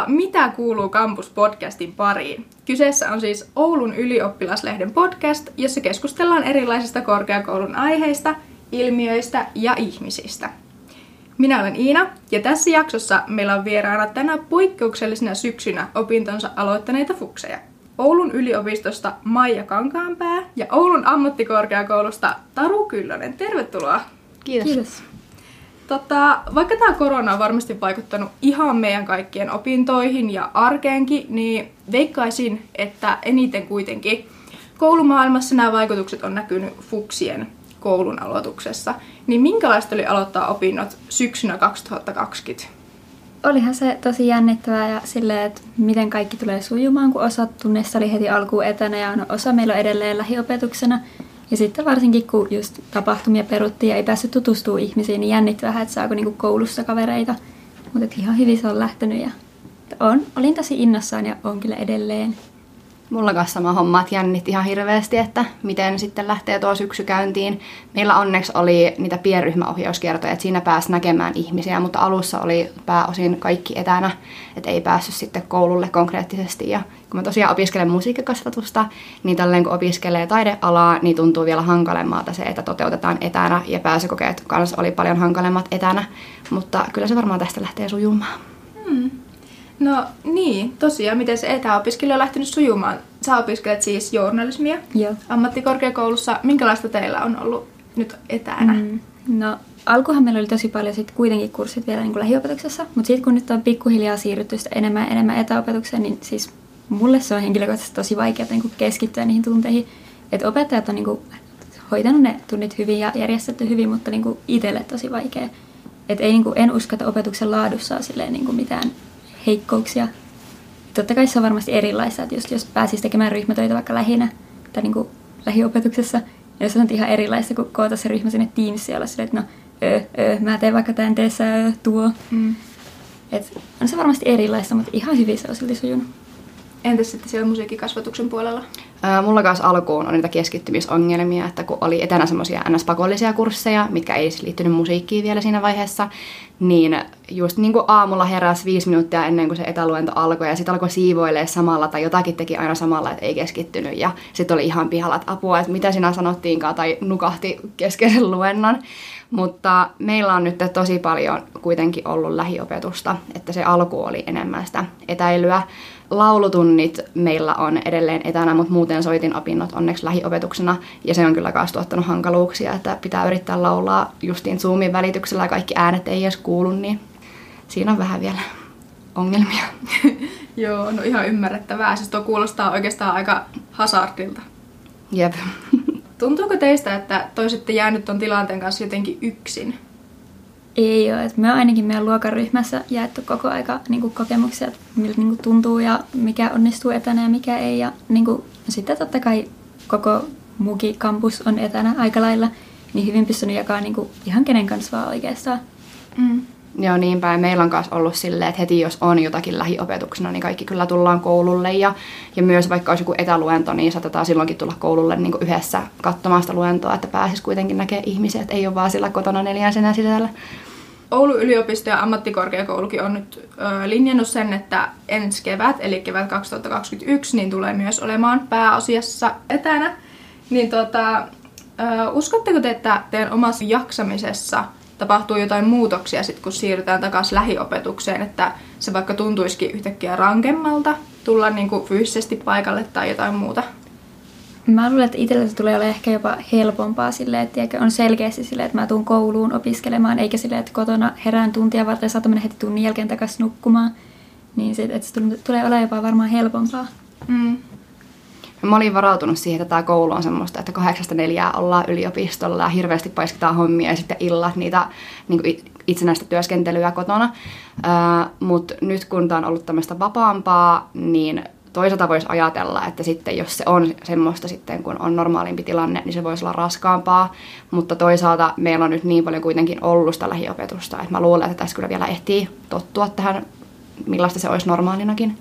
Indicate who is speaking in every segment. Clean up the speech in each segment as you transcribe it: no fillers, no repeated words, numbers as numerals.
Speaker 1: Mitä kuuluu Campus-podcastin pariin? Kyseessä on siis Oulun ylioppilaslehden podcast, jossa keskustellaan erilaisista korkeakoulun aiheista, ilmiöistä ja ihmisistä. Minä olen Iina, ja tässä jaksossa meillä on vieraana tänä poikkeuksellisena syksynä opintonsa aloittaneita fukseja. Oulun yliopistosta Maija Kankaanpää ja Oulun ammattikorkeakoulusta Taru Kyllönen. Tervetuloa!
Speaker 2: Kiitos.
Speaker 1: Vaikka tämä korona on varmasti vaikuttanut ihan meidän kaikkien opintoihin ja arkeenkin, niin veikkaisin, että eniten kuitenkin koulumaailmassa nämä vaikutukset on näkynyt fuksien koulun aloituksessa. Niin minkälaista oli aloittaa opinnot syksynä 2020?
Speaker 2: Olihan se tosi jännittävää ja silleen, että miten kaikki tulee sujumaan, kun osa tunneista oli heti alkuun etänä ja osa meillä on edelleen lähiopetuksena. Ja sitten varsinkin, kun just tapahtumia peruttiin ja ei päässyt tutustumaan ihmisiin, niin jännitti vähän, että saako niinku koulussa kavereita. Mutta ihan hyvin se on lähtenyt ja olin tosi innossaan ja on kyllä edelleen.
Speaker 3: Mulla kanssa sama homma, että jännitti ihan hirveästi, että miten sitten lähtee tuo syksy käyntiin. Meillä onneksi oli niitä pienryhmäohjauskiertoja, että siinä pääsi näkemään ihmisiä, mutta alussa oli pääosin kaikki etänä, että ei päässyt sitten koululle konkreettisesti. Ja kun mä tosiaan opiskelen musiikkikasvatusta, niin tälleen kun opiskelee taidealaa, niin tuntuu vielä hankalemmalta se, että toteutetaan etänä ja pääsykokeet kanssa oli paljon hankalemmat etänä, mutta kyllä se varmaan tästä lähtee sujumaan.
Speaker 1: No niin, tosiaan, miten se etäopiskelu on lähtenyt sujumaan? Sä opiskelet siis journalismia ammattikorkeakoulussa. Minkälaista teillä on ollut nyt etänä?
Speaker 2: No alkuhan meillä oli tosi paljon sit kuitenkin kurssit vielä niin kuin lähiopetuksessa, mutta sitten kun nyt on pikkuhiljaa siirrytty sitä enemmän etäopetukseen, niin siis mulle se on henkilökohtaisesti tosi vaikeaa niin kuin keskittyä niihin tunteihin. Että opettajat on niin kuin hoitanut ne tunnit hyvin ja järjestetty hyvin, mutta niin kuin itselle tosi vaikea. Et ei, niin kuin, en usko, että opetuksen laadussa on silleen, niin kuin mitään heikkouksia. Totta kai se on varmasti erilaista, että jos pääsisi tekemään ryhmätöitä vaikka lähinä tai niin kuin lähiopetuksessa, ja se on ihan erilaista, kun koota se ryhmä sinne Teamsiin ja olla silleen, että mä teen vaikka tämän teessä tuo. Et on se varmasti erilaista, mutta ihan hyvin se on silti sujunut.
Speaker 1: Entäs sitten siellä musiikkikasvatuksen puolella?
Speaker 3: Mulla kanssa alkuun on niitä keskittymisongelmia, että kun oli etänä semmoisia NS-pakollisia kursseja, mitkä ei siis liittynyt musiikkiin vielä siinä vaiheessa, niin just niin kuin aamulla heräsi 5 minuuttia ennen kuin se etäluento alkoi ja sitten alkoi siivoilemaan samalla tai jotakin teki aina samalla, että ei keskittynyt ja sitten oli ihan pihalla, että apua, että mitä sinä sanottiinkaan tai nukahti keskeisen luennon. Mutta meillä on nyt tosi paljon kuitenkin ollut lähiopetusta, että se alku oli enemmän sitä etäilyä. Laulutunnit meillä on edelleen etänä, mutta muuten soitin opinnot onneksi lähiopetuksena. Ja se on kyllä myös tuottanut hankaluuksia, että pitää yrittää laulaa justiin Zoomin välityksellä ja kaikki äänet ei edes kuulu, niin siinä on vähän vielä ongelmia.
Speaker 1: Joo, no ihan ymmärrettävää. Siis tuo kuulostaa oikeastaan aika hazardilta.
Speaker 3: Jep.
Speaker 1: Tuntuuko teistä, että toisitte jäänyt ton tilanteen kanssa jotenkin yksin?
Speaker 2: Ei ole. Me on ainakin meidän luokan ryhmässä jaettu koko aika niin kokemuksia, miltä niin tuntuu ja mikä onnistuu etänä ja mikä ei. Ja niin kuin, sitten totta kai koko muukin kampus on etänä aika lailla, niin hyvin pystynyt jakamaan niin kuin, ihan kenen kanssa vaan oikeastaan.
Speaker 3: Joo, niin päin. Meillä on myös ollut silleen, että heti jos on jotakin lähiopetuksena, niin kaikki kyllä tullaan koululle. Ja myös vaikka olisi joku etäluento, niin saatetaan silloinkin tulla koululle niin kuin yhdessä katsomaan sitä luentoa, että pääsisi kuitenkin näkemään ihmisiä, että ei ole vaan sillä kotona 4 seinän sisällä.
Speaker 1: Oulun yliopisto ja ammattikorkeakoulukin on nyt linjannut sen, että ensi kevät, eli kevät 2021, niin tulee myös olemaan pääasiassa etänä. Niin uskotteko te, että teidän omassa jaksamisessa tapahtuu jotain muutoksia sit, kun siirrytään takaisin lähiopetukseen, että se vaikka tuntuisikin yhtäkkiä rankemmalta tulla niinku fyysisesti paikalle tai jotain muuta?
Speaker 2: Mä luulen, että itsellä se tulee olla ehkä jopa helpompaa silleen, että on selkeästi silleen, että mä tuun kouluun opiskelemaan, eikä silleen, että kotona herään tuntia varten ja saatan mennä heti tunnin jälkeen takaisin nukkumaan. Niin että se tulee olla jopa varmaan helpompaa.
Speaker 3: Mä olin varautunut siihen, että tämä koulu on semmoista, että 8-4 ollaan yliopistolla ja hirveästi paiskitaan hommia ja sitten illat niitä niin kuin itsenäistä työskentelyä kotona. Mutta nyt kun tämä on ollut tämmöistä vapaampaa, niin toisaalta voisi ajatella, että sitten jos se on semmoista sitten, kun on normaalimpi tilanne, niin se voisi olla raskaampaa. Mutta toisaalta meillä on nyt niin paljon kuitenkin ollut sitä lähiopetusta, että mä luulen, että tässä kyllä vielä ehtii tottua tähän, millaista se olisi normaalinakin.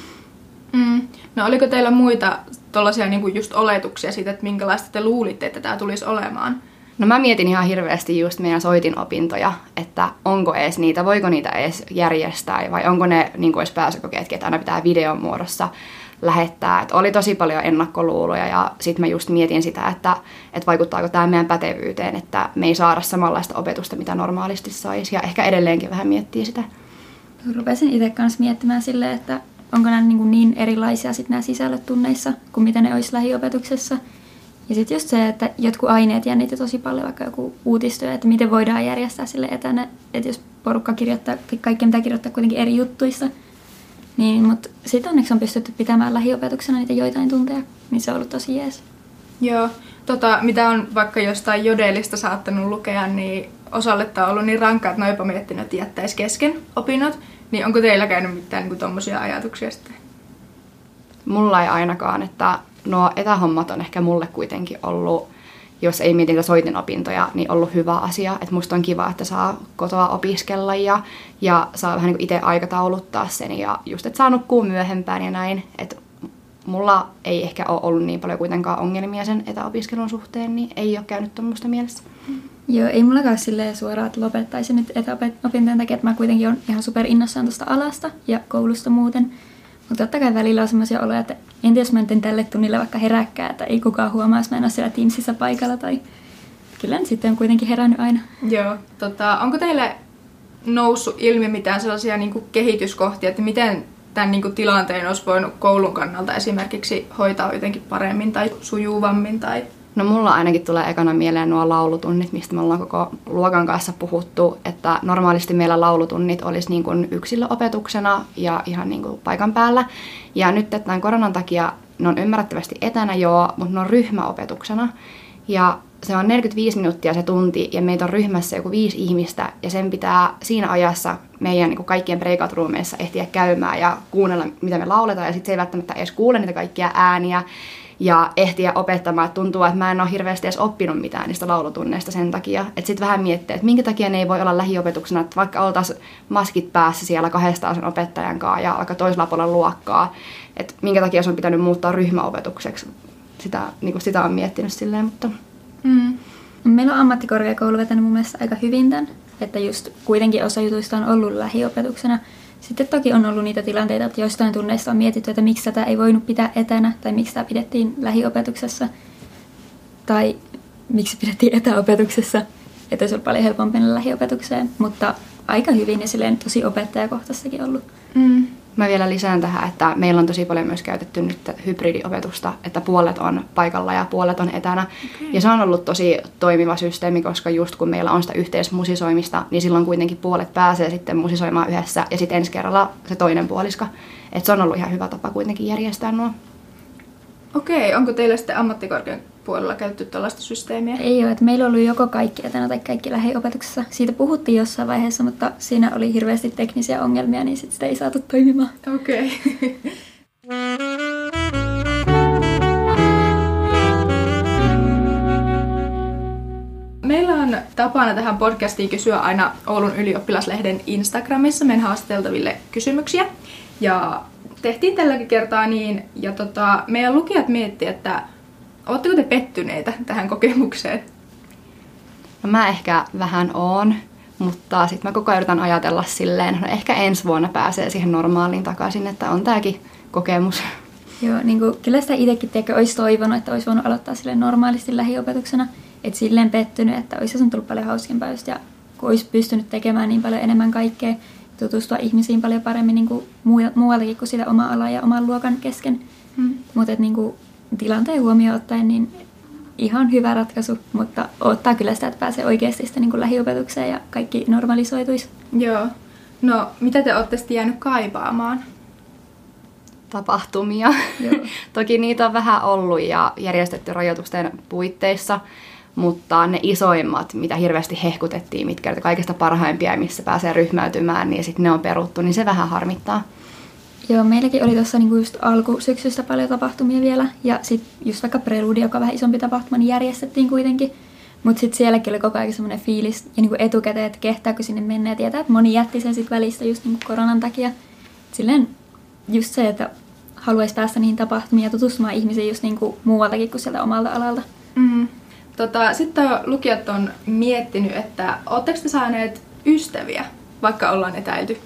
Speaker 1: No oliko teillä muita tuollaisia niin kuin just oletuksia siitä, että minkälaista te luulitte, että tämä tulisi olemaan?
Speaker 3: No mä mietin ihan hirveästi just meidän soitinopintoja, että onko edes niitä, voiko niitä edes järjestää vai onko ne niin kuin edes pääsykokeet, että aina pitää videon muodossa lähettää. Et oli tosi paljon ennakkoluuloja ja sitten mä just mietin sitä, että vaikuttaako tämä meidän pätevyyteen, että me ei saada samanlaista opetusta, mitä normaalisti saisi ja ehkä edelleenkin vähän miettii sitä.
Speaker 2: Rupesin itse kanssa miettimään silleen, että onko nämä niin erilaisia sit nämä sisällöt tunneissa kuin mitä ne olisi lähiopetuksessa. Ja sitten just se, että jotkut aineet jännitti tosi paljon, vaikka joku uutistyö, että miten voidaan järjestää sille etänä, että jos porukka kirjoittaa, kaikki mitä kirjoittaa kuitenkin eri juttuissa, niin, mutta sitten onneksi on pystytty pitämään lähiopetuksena niitä joitain tunteja, niin se on ollut tosi jees.
Speaker 1: Joo, mitä on vaikka jostain Jodelista saattanut lukea, niin osalle tämä on ollut niin rankkaa, että ne on jopa miettinyt, että jättäisi kesken opinnot. Niin onko teillä käynyt mitään niin tommosia ajatuksia sitten?
Speaker 3: Mulla ei ainakaan, että nuo etähommat on ehkä mulle kuitenkin ollut, jos ei mietitä soitinopintoja, niin ollut hyvä asia. Että musta on kiva, että saa kotoa opiskella ja saa vähän niin itse aikatauluttaa sen ja just, että saa nukkua myöhempään ja näin. Että mulla ei ehkä ole ollut niin paljon kuitenkaan ongelmia sen etäopiskelun suhteen, niin ei ole käynyt tuommoista mielessä.
Speaker 2: Joo, ei mullakaan silleen suoraan, että lopettaisin nyt etäopintojen takia, että mä kuitenkin olen ihan super innossaan tuosta alasta ja koulusta muuten. Mutta totta kai välillä on semmoisia oloja, että en tiedä, jos mä en tälle tunnille vaikka heräkkää, että ei kukaan huomaa, jos mä en ole siellä Teamsissa paikalla. Tai kyllä nyt sitten on kuitenkin herännyt aina.
Speaker 1: Joo, onko teille noussut ilmi mitään sellaisia niin kuin kehityskohtia, että miten tämän niin kuin tilanteen olisi voinut koulun kannalta esimerkiksi hoitaa jotenkin paremmin tai sujuvammin? Tai...
Speaker 3: No mulla ainakin tulee ekana mieleen nuo laulutunnit, mistä me ollaan koko luokan kanssa puhuttu, että normaalisti meillä laulutunnit olisi niin kuin yksilöopetuksena ja ihan niin kuin paikan päällä. Ja nyt tämän koronan takia ne on ymmärrettävästi etänä mutta ne on ryhmäopetuksena. Ja se on 45 minuuttia se tunti ja meitä on ryhmässä joku 5 ihmistä ja sen pitää siinä ajassa meidän niin kuin kaikkien breakout-roomeissa ehtiä käymään ja kuunnella, mitä me lauletaan ja sitten se ei välttämättä edes kuule niitä kaikkia ääniä ja ehtiä opettamaan. Tuntuu, että mä en ole hirveästi edes oppinut mitään niistä laulutunneista sen takia. Että sitten vähän miettiä, että minkä takia ne ei voi olla lähiopetuksena, että vaikka oltaisiin maskit päässä siellä 200 sen opettajan kanssa ja vaikka toisella puolella luokkaa, että minkä takia se on pitänyt muuttaa ryhmäopetukseksi. Sitä on miettinyt silleen, mutta...
Speaker 2: Meillä on ammattikorkeakoulu vetänyt mun mielestä aika hyvin tämän, että just kuitenkin osa jutuista on ollut lähiopetuksena. Sitten toki on ollut niitä tilanteita, että jostain tunneista on mietitty, että miksi tätä ei voinut pitää etänä tai miksi tämä pidettiin lähiopetuksessa tai miksi pidettiin etäopetuksessa, että olisi ollut paljon helpompi mennä lähiopetukseen, mutta aika hyvin ja silleen tosi opettajakohtaissakin ollut.
Speaker 3: Mä vielä lisään tähän, että meillä on tosi paljon myös käytetty nyt hybridiopetusta, että puolet on paikalla ja puolet on etänä. Okay. Ja se on ollut tosi toimiva systeemi, koska just kun meillä on sitä yhteismusisoimista, niin silloin kuitenkin puolet pääsee sitten musisoimaan yhdessä ja sitten ensi kerralla se toinen puoliska. Että se on ollut ihan hyvä tapa kuitenkin järjestää nuo.
Speaker 1: Okei, onko teillä sitten ammattikorkean puolella käytetty tällaista systeemiä?
Speaker 2: Ei ole, että meillä on ollut joko kaikki etänä tai kaikki lähiopetuksessa. Siitä puhuttiin jossain vaiheessa, mutta siinä oli hirveästi teknisiä ongelmia, niin sit sitä ei saatu toimimaan.
Speaker 1: Okei. Meillä on tapana tähän podcastiin kysyä aina Oulun ylioppilaslehden Instagramissa meidän haastateltaville kysymyksiä. Ja tehtiin tälläkin kertaa niin, ja meidän lukijat miettivät, että ootteko te pettyneitä tähän kokemukseen?
Speaker 3: No mä ehkä vähän oon, mutta sitten mä koko ajan yritän ajatella silleen, no ehkä ensi vuonna pääsee siihen normaaliin takaisin, että on tääkin kokemus.
Speaker 2: Joo, niin kuin, kyllä sitä itsekin olisi toivonut, että olisi voinut aloittaa silleen normaalisti lähiopetuksena. Että silleen pettynyt, että olisi sen tullut paljon hauskempaa just, ja kun olisi pystynyt tekemään niin paljon enemmän kaikkea, tutustua ihmisiin paljon paremmin niin kuin muualtakin kuin sitä omaa alaa ja oman luokan kesken. Mutta niin tilanteen huomioon ottaen, niin ihan hyvä ratkaisu, mutta odottaa kyllä sitä, että pääsee oikeasti sitten niin lähiopetukseen ja kaikki normalisoituisi.
Speaker 1: Joo. No, mitä te olette sitten jäänyt kaipaamaan?
Speaker 3: Tapahtumia. Toki niitä on vähän ollut ja järjestetty rajoitusten puitteissa, mutta ne isoimmat, mitä hirveästi hehkutettiin, mitkä ovat kaikista parhaimpia ja missä pääsee ryhmäytymään, niin sitten ne on peruttu, niin se vähän harmittaa.
Speaker 2: Joo, meilläkin oli tuossa niinku just alkusyksystä paljon tapahtumia vielä, ja sitten just vaikka Preludi, joka on vähän isompi tapahtuma, niin järjestettiin kuitenkin. Mutta sitten sielläkin oli koko ajan semmoinen fiilis ja niinku etukäteen, että kehtääkö sinne mennä ja tietää, että moni jätti sen sitten välistä just niinku koronan takia. Silleen just se, että haluaisi päästä niihin tapahtumiin ja tutustumaan ihmisiin just niinku muualtakin kuin sieltä omalta alalta.
Speaker 1: Sitten lukijat on miettinyt, että ootteko te saaneet ystäviä, vaikka ollaan etäilty?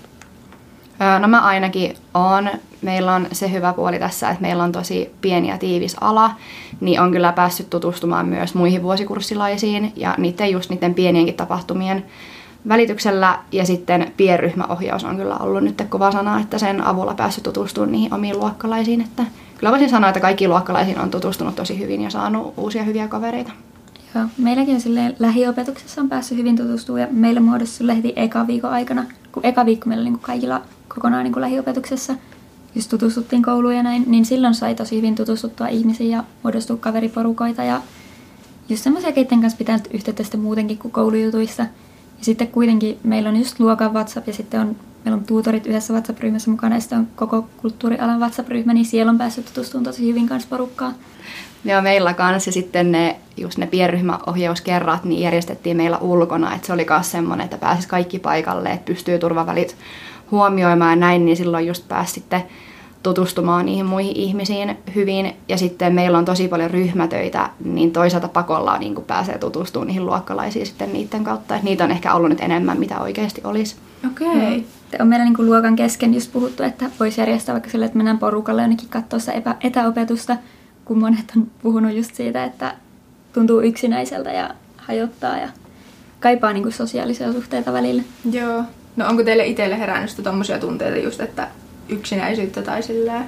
Speaker 3: No mä ainakin oon. Meillä on se hyvä puoli tässä, että meillä on tosi pieni ja tiivis ala, niin on kyllä päässyt tutustumaan myös muihin vuosikurssilaisiin ja niiden pienienkin tapahtumien välityksellä. Ja sitten pienryhmäohjaus on kyllä ollut nyt kova sana, että sen avulla päässyt tutustumaan niihin omiin luokkalaisiin. Että kyllä voisin sanoa, että kaikkiin luokkalaisiin on tutustunut tosi hyvin ja saanut uusia hyviä kavereita.
Speaker 2: Joo, meilläkin on silleen lähiopetuksessa on päässyt hyvin tutustumaan ja meillä muodostui heti eka viikon aikana, kun eka viikko meillä oli kaikilla kokonaan lähiopetuksessa, just tutustuttiin kouluun ja näin, niin silloin sai tosi hyvin tutustuttua ihmisiin ja muodostua kaveriporukoita ja just semmoisia, keiden kanssa pitää yhteyttä sitten muutenkin kuin koulujutuissa. Ja sitten kuitenkin meillä on just luokan WhatsApp ja sitten meillä on tutorit yhdessä WhatsApp-ryhmässä mukana ja sitten on koko kulttuurialan WhatsApp-ryhmä, niin siellä on päässyt tutustumaan tosi hyvin kanssa porukkaan.
Speaker 3: Joo, meillä kanssa ja sitten ne pienryhmäohjauskerrat niin järjestettiin meillä ulkona, että se oli myös semmoinen, että pääsisi kaikki paikalle, että pystyy turvavälit huomioimaan ja näin, niin silloin just pääsi sitten tutustumaan niihin muihin ihmisiin hyvin. Ja sitten meillä on tosi paljon ryhmätöitä, niin toisaalta pakolla niin pääsee tutustumaan niihin luokkalaisiin sitten niiden kautta. Että niitä on ehkä ollut nyt enemmän, mitä oikeasti olisi.
Speaker 1: Okei.
Speaker 2: On meillä luokan kesken just puhuttu, että voisi järjestää vaikka sille, että mennään porukalle jonnekin katsoa sitä etäopetusta, kun monet on puhunut just siitä, että tuntuu yksinäiseltä ja hajottaa ja kaipaa sosiaalisia suhteita välillä.
Speaker 1: Joo. No onko teille itselle herännyt tommosia tunteita just, että yksinäisyyttä tai silleen?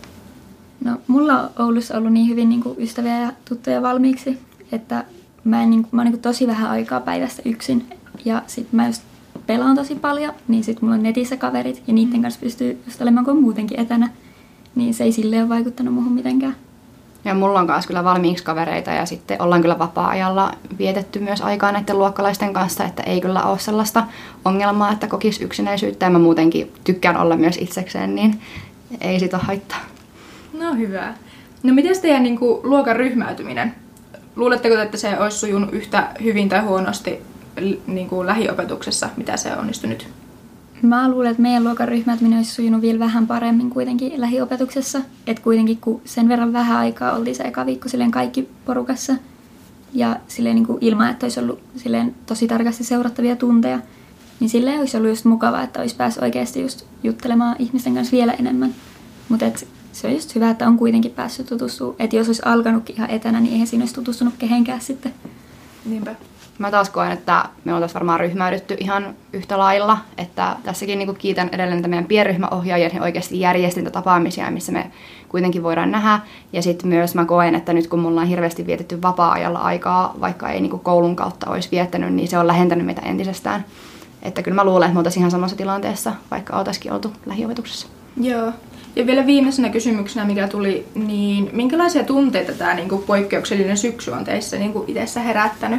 Speaker 2: No mulla on Oulussa ollut niin hyvin ystäviä ja tuttuja valmiiksi, että mä oon tosi vähän aikaa päivästä yksin. Ja sit mä just pelaan tosi paljon, niin sit mulla on netissä kaverit ja niiden kanssa pystyy just olemaan kuin muutenkin etänä. Niin se ei silleen ole vaikuttanut muuhun mitenkään.
Speaker 3: Ja mulla on myös kyllä valmiiksi kavereita ja sitten ollaan kyllä vapaa-ajalla vietetty myös aikaa näiden luokkalaisten kanssa, että ei kyllä ole sellaista ongelmaa, että kokisi yksinäisyyttä. Ja mä muutenkin tykkään olla myös itsekseen, niin ei siitä ole haittaa.
Speaker 1: No hyvä. No miten teidän luokan ryhmäytyminen? Luuletteko, että se olisi sujunut yhtä hyvin tai huonosti lähiopetuksessa, mitä se onnistui nyt?
Speaker 2: Mä luulen, että meidän luokan ryhmäytyminen olisi sujunut vielä vähän paremmin kuitenkin lähiopetuksessa. Että kuitenkin kun sen verran vähän aikaa oltiin se eka viikko silleen kaikki porukassa ja silleen ilman, että olisi ollut silleen tosi tarkasti seurattavia tunteja, niin silleen olisi ollut just mukavaa, että olisi päässyt oikeasti just juttelemaan ihmisten kanssa vielä enemmän. Mutta se on just hyvä, että on kuitenkin päässyt tutustumaan. Että jos olisi alkanutkin ihan etänä, niin eihän siinä olisi tutustunut kehenkään sitten.
Speaker 1: Niinpä.
Speaker 3: Mä taas koen, että me oltaisiin varmaan ryhmäydytty ihan yhtä lailla. Että tässäkin kiitän edelleen niitä meidän pienryhmäohjaajia, he oikeasti järjesti niitä tapaamisia, missä me kuitenkin voidaan nähdä. Ja sitten myös mä koen, että nyt kun mulla on hirveästi vietetty vapaa-ajalla aikaa, vaikka ei koulun kautta olisi viettänyt, niin se on lähentänyt meitä entisestään. Että kyllä mä luulen, että me oltaisiin ihan samassa tilanteessa, vaikka oltaisikin oltu lähiopetuksessa.
Speaker 1: Joo. Ja vielä viimeisenä kysymyksenä, mikä tuli, niin minkälaisia tunteita tämä poikkeuksellinen syksy on teissä itsessä herättänyt?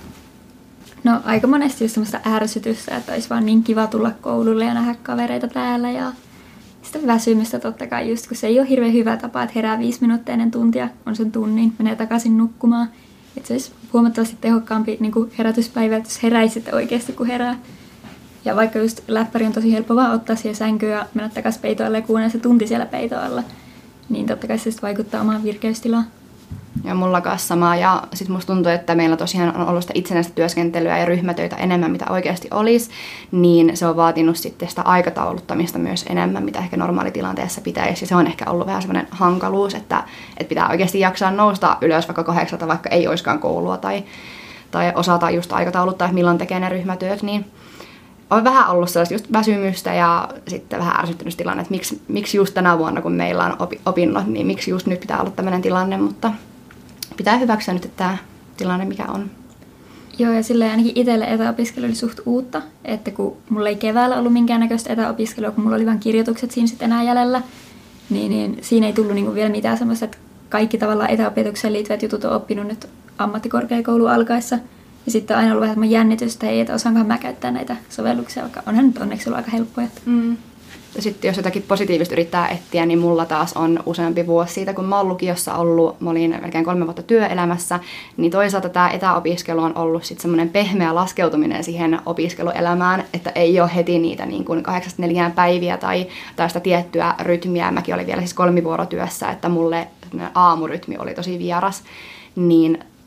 Speaker 2: No aika monesti just semmoista ärsytystä, että olisi vaan niin kiva tulla koululle ja nähdä kavereita täällä ja sitä väsymystä totta kai just, kun se ei ole hirveän hyvä tapa, että herää 5 minuuttia ennen tuntia, on sen tunnin, menee takaisin nukkumaan. Että se olisi huomattavasti tehokkaampi herätyspäivä, että jos heräisitte oikeasti kun herää. Ja vaikka just läppäri on tosi helppo vaan ottaa siihen sänkyyn ja mennä takaisin peitoalle ja kuunnella se tunti siellä peitoalla, niin totta kai se vaikuttaa omaan virkeystilaan.
Speaker 3: Ja mulla kanssa sama. Ja sitten musta tuntuu, että meillä tosiaan on ollut sitä itsenäistä työskentelyä ja ryhmätöitä enemmän, mitä oikeasti olisi. Niin se on vaatinut sitten sitä aikatauluttamista myös enemmän, mitä ehkä normaalitilanteessa pitäisi. Ja se on ehkä ollut vähän semmoinen hankaluus, että pitää oikeasti jaksaa nousta ylös vaikka 8, vaikka ei olisikaan koulua. Tai osata just aikatauluttaa, että milloin tekee ne ryhmätyöt. Niin on vähän ollut sellaista just väsymystä ja sitten vähän ärsyttynyt tilanne, että miksi just tänä vuonna, kun meillä on opinnot, niin miksi just nyt pitää olla tämmöinen tilanne, mutta pitää hyväksyä nyt, että tämä tilanne mikä on.
Speaker 2: Joo, ja silleen ainakin itselle etäopiskelu oli suht uutta, että kun mulla ei keväällä ollut minkäännäköistä etäopiskelua, kun mulla oli vain kirjoitukset siinä sitten enää jäljellä, niin siinä ei tullut vielä mitään semmoista, että kaikki tavallaan etäopetukseen liittyvät jutut on oppinut nyt ammattikorkeakoulun alkaessa. Ja sitten on aina ollut vähän jännitystä, että osaankohan mä käyttää näitä sovelluksia, vaikka onhan nyt onneksi ollut aika helppoja.
Speaker 3: Ja sitten jos jotakin positiivista yrittää etsiä, niin mulla taas on useampi vuosi siitä, kun mä oon lukiossa ollut, mä olin melkein 3 vuotta työelämässä, niin toisaalta tämä etäopiskelu on ollut sitten semmoinen pehmeä laskeutuminen siihen opiskeluelämään, että ei ole heti niitä niin kuin 8-4 päiviä tai sitä tiettyä rytmiä. Mäkin olin vielä siis 3-vuorotyössä, että mulle aamurytmi oli tosi vieras, niin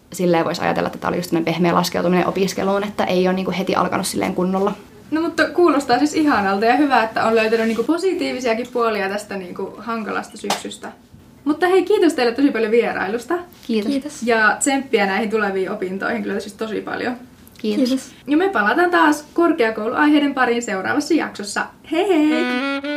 Speaker 3: silleen voisi ajatella, että tämä oli just pehmeä laskeutuminen opiskeluun, että ei ole niinku heti alkanut silleen kunnolla.
Speaker 1: No mutta kuulostaa siis ihanalta ja hyvä, että on löytänyt niinku positiivisiakin puolia tästä niinku hankalasta syksystä. Mutta hei, kiitos teille tosi paljon vierailusta.
Speaker 3: Kiitos.
Speaker 1: Ja tsemppiä näihin tuleviin opintoihin kyllä siis tosi paljon.
Speaker 3: Kiitos.
Speaker 1: Ja me palataan taas korkeakouluaiheiden pariin seuraavassa jaksossa. Hei hei!